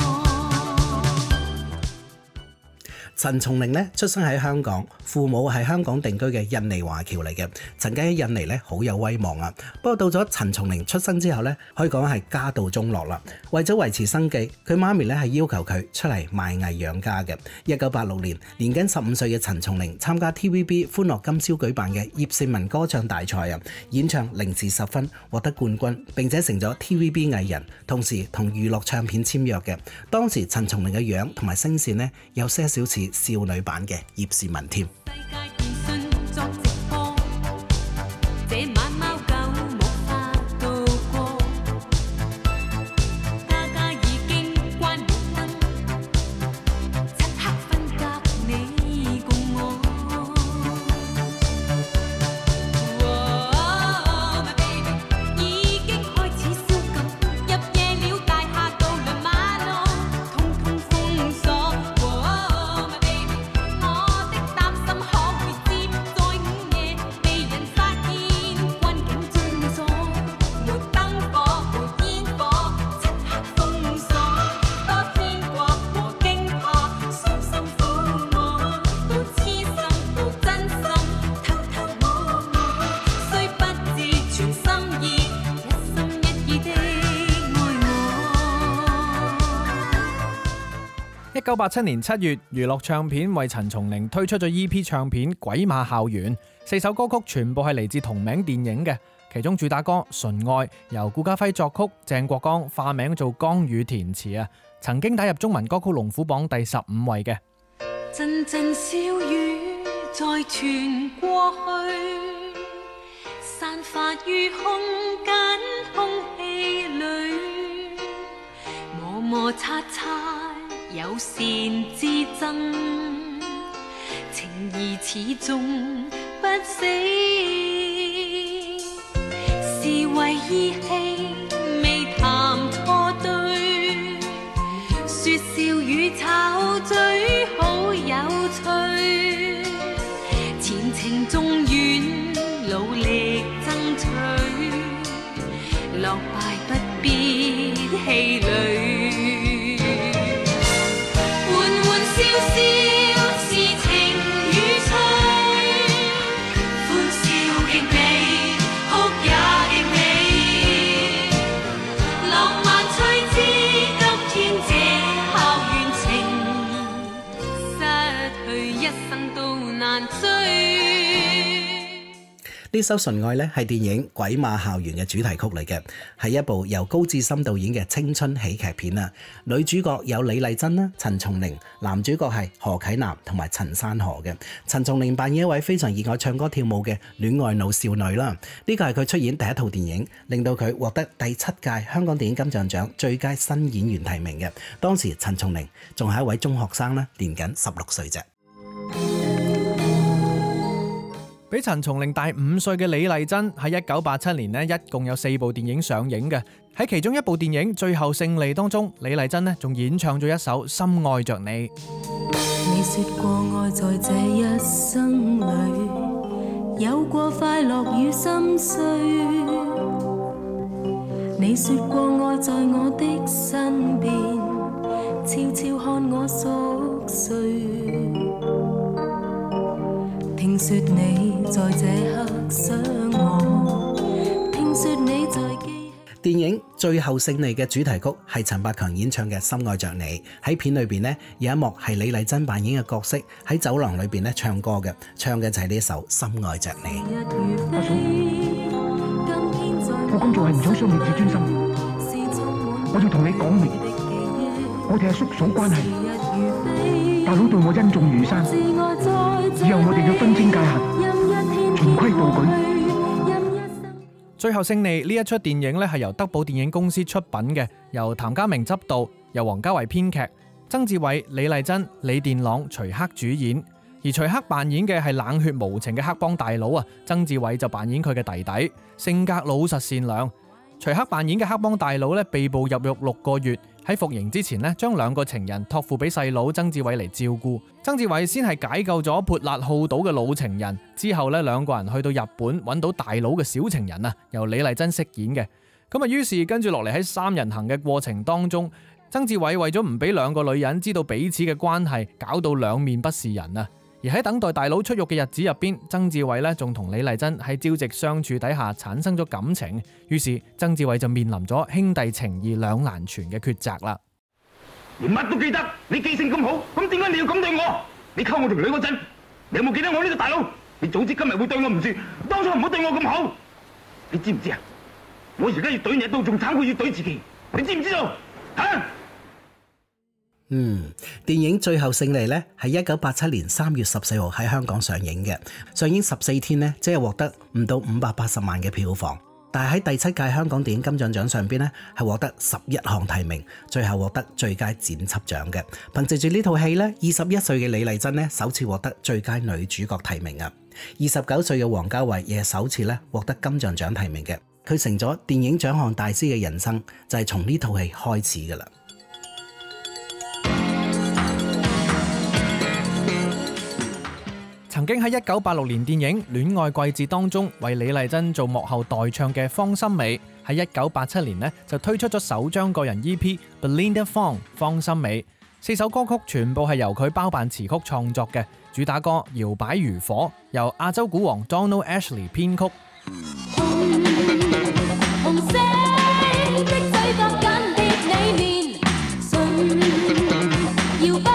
陳松伶咧出生喺香港，父母係香港定居嘅印尼華僑嚟嘅，曾經喺印尼咧好有威望啊。不過到咗陳松伶出生之後咧，可以講係家道中落啦。為咗維持生計，佢媽咪咧係要求佢出嚟賣藝養家嘅。一九八六年，年僅十五歲嘅陳松伶參加 T V B 歡樂今宵舉辦嘅葉倩文歌唱大賽啊，演唱零時十分獲得冠軍，並且成咗 T V B 藝人，同時同娛樂唱片簽約嘅。當時陳松伶嘅樣同埋聲線呢，有些少似少女版嘅葉倩文添。 世界電訊作直播，這晚貓狗無法渡過，家家已經關了燈，漆黑分隔你共我。My baby 已經開始宵禁，入夜了大廈道一九八七年七月，娛樂唱片為陳松伶推出咗 E P 唱片《鬼馬校園》，四首歌曲全部係嚟自同名電影嘅，其中主打歌《純愛》由顧嘉輝作曲，鄭國江化名做江宇填詞啊，曾經打入中文歌曲龍虎榜第十五位嘅。 陣陣小雨再傳過去，散發於空間空氣裏，摩摩擦擦有善之爭，情義始終不死，是為義氣未談錯對，説笑與吵嘴好有趣，前程縱遠努力爭取，落敗不必氣餒。笑笑是情與趣，歡笑極美，哭也極美，浪漫趣知今天這校園情，失去一生都難追。 呢首《純愛》咧係電影《鬼馬校園》嘅主題曲嚟嘅，係一部由高志森導演嘅青春喜劇片啊。女主角有李麗珍啦、陳松伶，男主角係何啟南同埋陳山河嘅。陳松伶扮演一位非常熱愛唱歌跳舞嘅戀愛腦少女啦。呢個係佢出演第一套電影，令到佢獲得第七屆香港電影金像獎最佳新演員提名嘅。當時陳松伶仲係一位中學生啦，年僅十六歲啫。 比陳松伶大五歲嘅李麗珍喺一九八七年呢，一共有四部電影上映嘅。喺其中一部電影《最後勝利》當中，李麗珍呢仲演唱咗一首《深愛着你》。 你說過愛在這一生裏，有過快樂與心碎。你說過愛在我的身邊，悄悄看我熟睡。聽說你在這刻想我，聽說你在記。 電影《最後勝利》嘅主題曲係陳百強演唱嘅《深愛着你》。喺片裏邊呢，有一幕係李麗珍扮演嘅角色喺走廊裏邊咧唱歌嘅，唱嘅就係呢首《深愛着你》。 阿嫂，我工作係唔想傷你自尊心，我要同你講明，我哋係叔嫂關係。大佬對我恩重如山，以後我哋要分清界限，循規蹈矩。 最後勝利呢一出電影咧係由德寶電影公司出品嘅，由譚家明執導，由王家衛編劇，曾志偉、李麗珍、李殿朗、徐克主演。而徐克扮演嘅係冷血無情嘅黑幫大佬啊，曾志偉就扮演佢嘅弟弟，性格老實善良。徐克扮演嘅黑幫大佬咧被捕入獄六個月。喺服刑之前呢，將兩個情人託付俾細佬曾志偉嚟照顧。曾志偉先係解救咗潑辣好賭嘅老情人，之後呢兩個人去到日本揾到大佬嘅小情人啊，由李麗珍飾演嘅。咁啊，於是跟住落嚟喺三人行嘅過程當中，曾志偉為咗唔俾兩個女人知道彼此嘅關係，搞到兩面不是人啊。而喺等待大佬出獄嘅日子入邊，曾志偉呢仲同李麗珍喺朝夕相處底下產生咗感情，於是曾志偉就面臨咗兄弟情義兩難全嘅抉擇啦。 你乜都記得，你記性咁好，咁點解你要咁對我？你溝我條女嗰陣，你有冇記得我呢個大佬？你早知今日會對我唔住，當初唔好對我咁好。你知唔知啊？我而家要懟你一刀，仲慘過要懟自己，你知唔知道？吓！ 嗯，電影《最後勝利》咧係一九八七年三月十四號喺香港上映嘅，上映十四天呢，即係獲得唔到五百八十萬嘅票房。但係喺第七屆香港電影金像獎上邊呢，係獲得十一項提名，最後獲得最佳剪輯獎嘅。憑借住呢套戲呢，二十一歲嘅李麗珍呢，首次獲得最佳女主角提名啊！二十九歲嘅王家衛亦係首次咧獲得金像獎提名嘅。佢成咗電影獎項大師嘅人生，就係從呢套戲開始噶啦。 曾經喺一九八六年電影《戀愛季節》當中為李麗珍做幕後代唱嘅方心美，喺一九八七年呢就推出咗首張個人 E P《Belinda Fong》方心美，四首歌曲全部係由佢包辦詞曲創作嘅，主打歌《搖擺如火》由亞洲鼓王 Donald Ashley 編曲。 紅色的嘴角緊貼你面唇，搖擺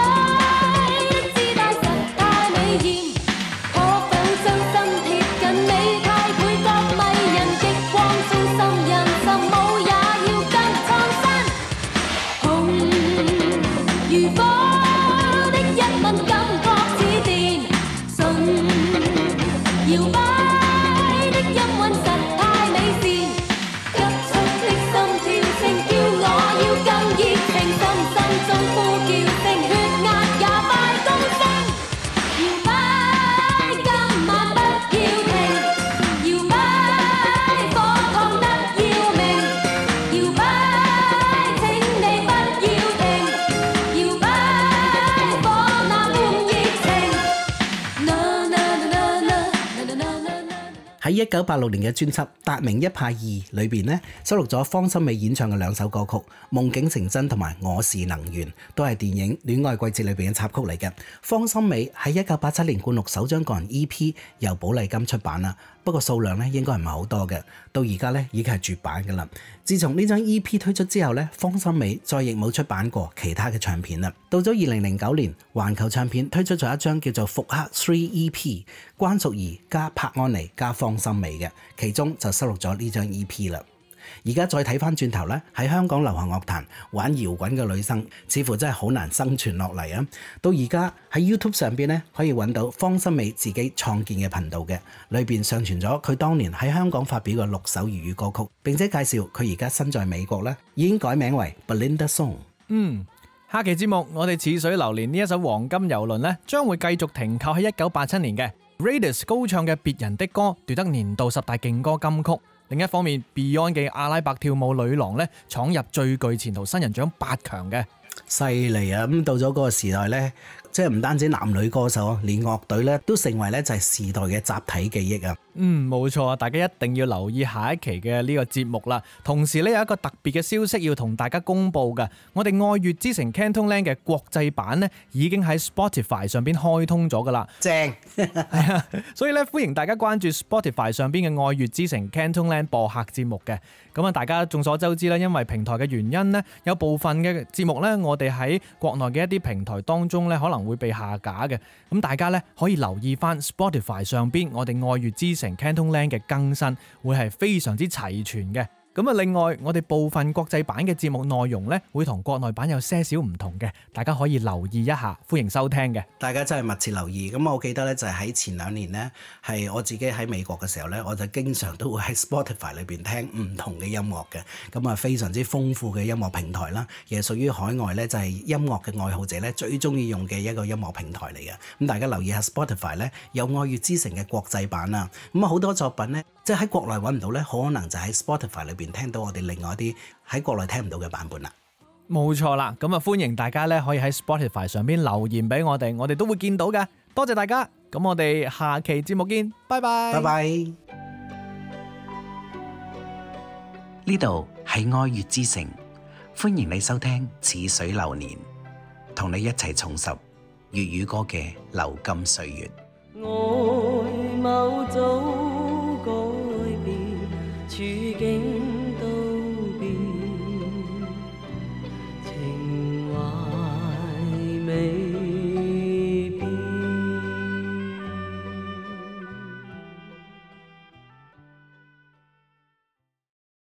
一九八六年嘅專輯《達明一派二》裏邊呢，收錄咗方心美演唱嘅兩首歌曲《夢境成真》同埋《我是能源》，都係電影《戀愛季節》裏邊嘅插曲嚟嘅。方心美喺一九八七年灌錄首張個人 E P， 由寶麗金出版啦，不過數量咧應該唔係好多嘅，到而家咧已經係絕版㗎啦。自從呢張 E P 推出之後咧，方心美再亦冇出版過其他嘅唱片啦。到咗二零零九年，環球唱片推出咗一張叫做《復刻三 E P》，關淑怡加柏安妮加方心美嘅，其中就收錄咗呢張 E P 啦。而家再睇翻轉頭咧，喺香港流行樂壇玩搖滾嘅女生，似乎真係好難生存落嚟啊！到而家喺 YouTube 上邊咧，可以揾到方心美自己創建嘅頻道嘅，裏邊上傳咗佢當年喺香港發表嘅六首粵語歌曲，並且介紹佢而家身在美國咧，已經改名為 Belinda Song。 嗯，下期節目我哋似水流年呢一首黃金遊輪咧，將會繼續停靠喺一九八七年嘅 Raidas 高唱嘅別人的歌，奪得年度十大勁歌金曲。另一方面 ，Beyond 嘅阿拉伯跳舞女郎咧，闖入最具前途新人獎八強嘅， 犀利啊！咁到咗嗰個時代咧，即係唔單止男女歌手，連樂隊咧都成為咧就係時代嘅集體記憶啊！ 嗯，冇錯啊！大家一定要留意下一期嘅呢個節目啦。同時咧有一個特別嘅消息要同大家公布嘅，我哋愛粵之城 CantonLand 嘅國際版咧已經喺 Spotify 上邊開通咗噶啦， 正係啊！所以咧歡迎大家關注 Spotify 上邊嘅愛粵之城 CantonLand 播客節目嘅。咁啊，大家眾所周知啦，因為平台嘅原因呢，有部分嘅節目咧，我哋喺國內嘅一啲平台當中咧可能會被下架嘅。咁大家咧可以留意翻 Spotify 上邊我哋愛粵之城 CantonLand 嘅更新，會係非常之齊全嘅。咁啊，另外我哋部分國際版嘅節目內容咧，會同國內版有些少唔同嘅，大家可以留意一下，歡迎收聽嘅。 大家真係密切留意。咁我記得咧，就係喺前兩年呢，係我自己喺美國嘅時候咧，我就經常都會喺 Spotify 裏邊聽唔同嘅音樂嘅。咁啊，非常之豐富嘅音樂平台啦，亦係屬於海外咧就係音樂嘅愛好者咧最中意用嘅一個音樂平台嚟嘅。咁大家留意下 Spotify 咧，有愛粵之城嘅國際版啊。咁啊，好多作品咧，即係喺國內揾唔到咧，好可能就喺 Spotify 裏邊聽到我哋另外一啲喺國內聽唔到嘅版本啦。 冇錯啦，咁啊歡迎大家咧可以喺 Spotify 上邊留言俾我哋，我哋都會見到嘅。多謝大家，咁我哋下期節目見，拜拜。 拜拜。 呢度係愛粵之城，歡迎你收聽《似水流年》，同你一齊重拾粵語歌嘅流金歲月。 愛某早